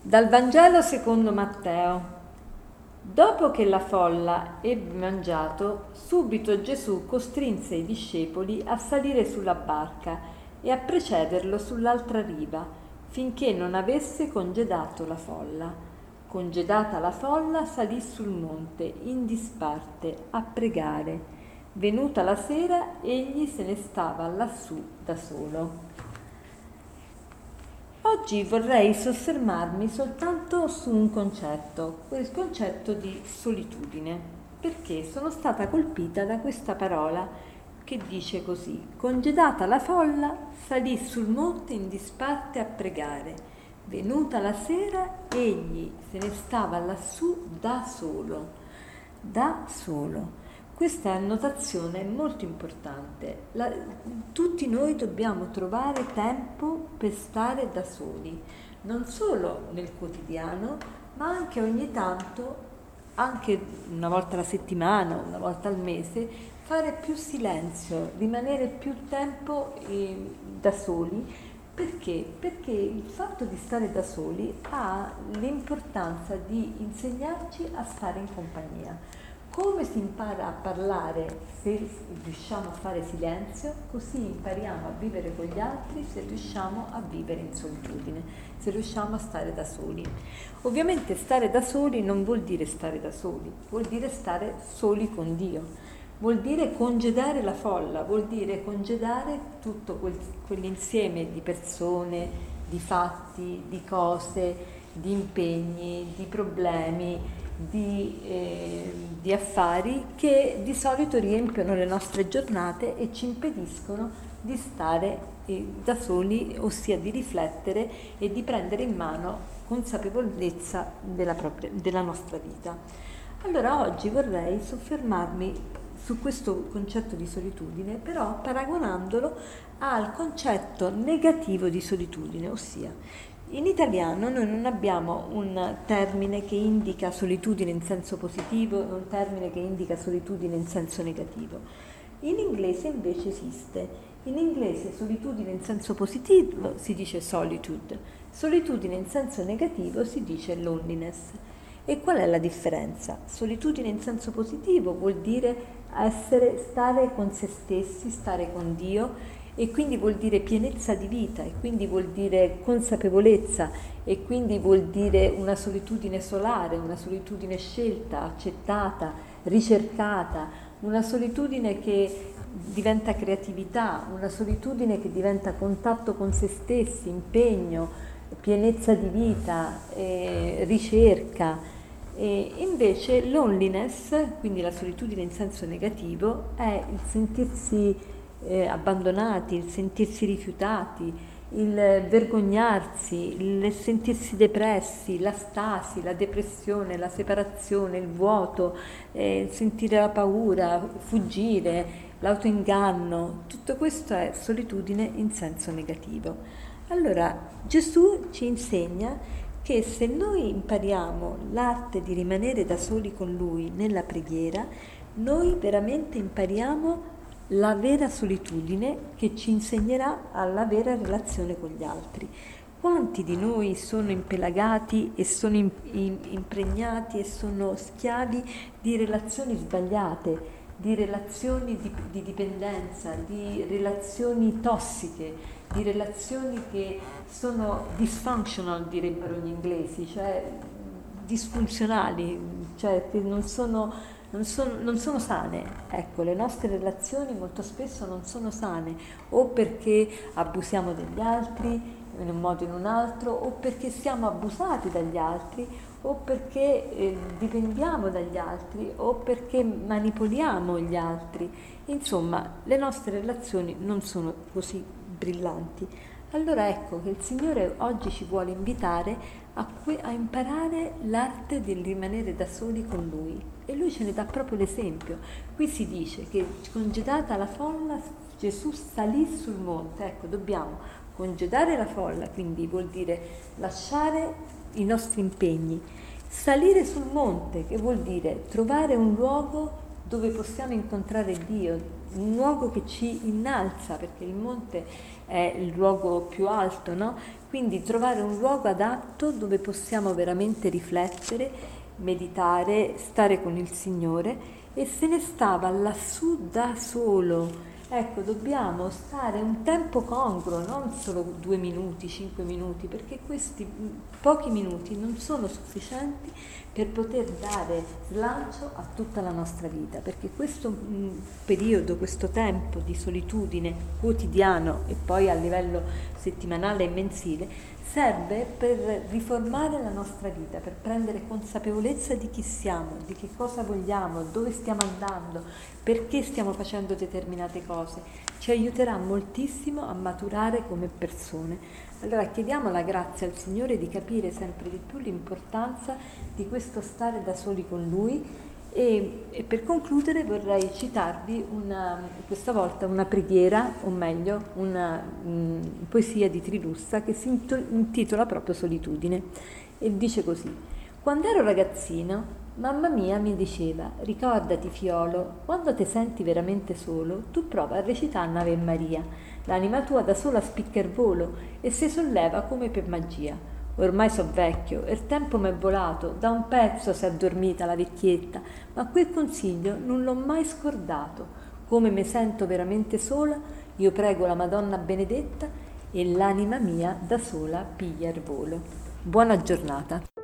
Dal Vangelo secondo Matteo. Dopo che la folla ebbe mangiato, subito Gesù costrinse i discepoli a salire sulla barca e a precederlo sull'altra riva, finché non avesse congedato la folla. Congedata la folla, salì sul monte in disparte a pregare. Venuta la sera, egli se ne stava lassù da solo. Oggi vorrei soffermarmi soltanto su un concetto, quel concetto di solitudine, perché sono stata colpita da questa parola che dice così: congedata la folla, salì sul monte in disparte a pregare. Venuta la sera, egli se ne stava lassù da solo. Da solo. Questa annotazione è molto importante. Tutti noi dobbiamo trovare tempo per stare da soli, non solo nel quotidiano, ma anche ogni tanto, anche una volta alla settimana, una volta al mese, fare più silenzio, rimanere più tempo da soli. Perché? Perché il fatto di stare da soli ha l'importanza di insegnarci a stare in compagnia. Come si impara a parlare se riusciamo a fare silenzio, così impariamo a vivere con gli altri se riusciamo a vivere in solitudine, se riusciamo a stare da soli. Ovviamente stare da soli non vuol dire stare da soli, vuol dire stare soli con Dio, vuol dire congedare la folla, vuol dire congedare tutto quell'insieme di persone, di fatti, di cose, di impegni, di problemi, di affari che di solito riempiono le nostre giornate e ci impediscono di stare da soli, ossia di riflettere e di prendere in mano consapevolezza della nostra vita. Allora oggi vorrei soffermarmi su questo concetto di solitudine, però paragonandolo al concetto negativo di solitudine, ossia in italiano noi non abbiamo un termine che indica solitudine in senso positivo e un termine che indica solitudine in senso negativo. In inglese invece esiste. In inglese solitudine in senso positivo si dice solitude, solitudine in senso negativo si dice loneliness. E qual è la differenza? Solitudine in senso positivo vuol dire stare con se stessi, stare con Dio, e quindi vuol dire pienezza di vita, e quindi vuol dire consapevolezza, e quindi vuol dire una solitudine solare, una solitudine scelta, accettata, ricercata, una solitudine che diventa creatività, una solitudine che diventa contatto con se stessi, impegno, pienezza di vita, ricerca. E invece loneliness, quindi la solitudine in senso negativo, è il sentirsi abbandonati, il sentirsi rifiutati, il vergognarsi, il sentirsi depressi, la stasi, la depressione, la separazione, il vuoto, sentire la paura, fuggire, l'autoinganno. Tutto questo è solitudine in senso negativo. Allora Gesù ci insegna che se noi impariamo l'arte di rimanere da soli con Lui nella preghiera, noi veramente impariamo la vera solitudine che ci insegnerà alla vera relazione con gli altri. Quanti di noi sono impelagati e sono impregnati e sono schiavi di relazioni sbagliate, di relazioni di dipendenza, di relazioni tossiche, di relazioni che sono dysfunctional, direbbero gli inglesi, cioè disfunzionali, cioè che non sono sane. Ecco, le nostre relazioni molto spesso non sono sane, o perché abusiamo degli altri in un modo o in un altro, o perché siamo abusati dagli altri, o perché dipendiamo dagli altri, o perché manipoliamo gli altri. Insomma, le nostre relazioni non sono così brillanti. Allora ecco che il Signore oggi ci vuole invitare a imparare l'arte del rimanere da soli con Lui, e Lui ce ne dà proprio l'esempio. Qui si dice che congedata la folla Gesù salì sul monte. Ecco, dobbiamo congedare la folla, quindi vuol dire lasciare i nostri impegni, salire sul monte, che vuol dire trovare un luogo dove possiamo incontrare Dio, un luogo che ci innalza, perché il monte è il luogo più alto, no? Quindi trovare un luogo adatto dove possiamo veramente riflettere, meditare, stare con il Signore, e se ne stava lassù da solo. Ecco, dobbiamo stare un tempo congruo, non solo 2 minuti, 5 minuti, perché questi pochi minuti non sono sufficienti per poter dare slancio a tutta la nostra vita, perché questo periodo, questo tempo di solitudine quotidiano e poi a livello settimanale e mensile serve per riformare la nostra vita, per prendere consapevolezza di chi siamo, di che cosa vogliamo, dove stiamo andando, perché stiamo facendo determinate cose. Ci aiuterà moltissimo a maturare come persone. Allora chiediamo la grazia al Signore di capire sempre di più l'importanza di questo stare da soli con Lui. E per concludere vorrei citarvi questa volta una preghiera, o meglio una poesia di Trilussa che si intitola proprio Solitudine, e dice così: quando ero ragazzino, mamma mia mi diceva: ricordati figliolo, quando ti senti veramente solo, tu prova a recitare un'Ave Maria, l'anima tua da sola spicca il volo e si solleva come per magia. Ormai so vecchio e il tempo m'è volato, da un pezzo s'è addormita la vecchietta, ma quel consiglio non l'ho mai scordato. Come mi sento veramente sola, io prego la Madonna Benedetta e l'anima mia da sola piglia il volo. Buona giornata.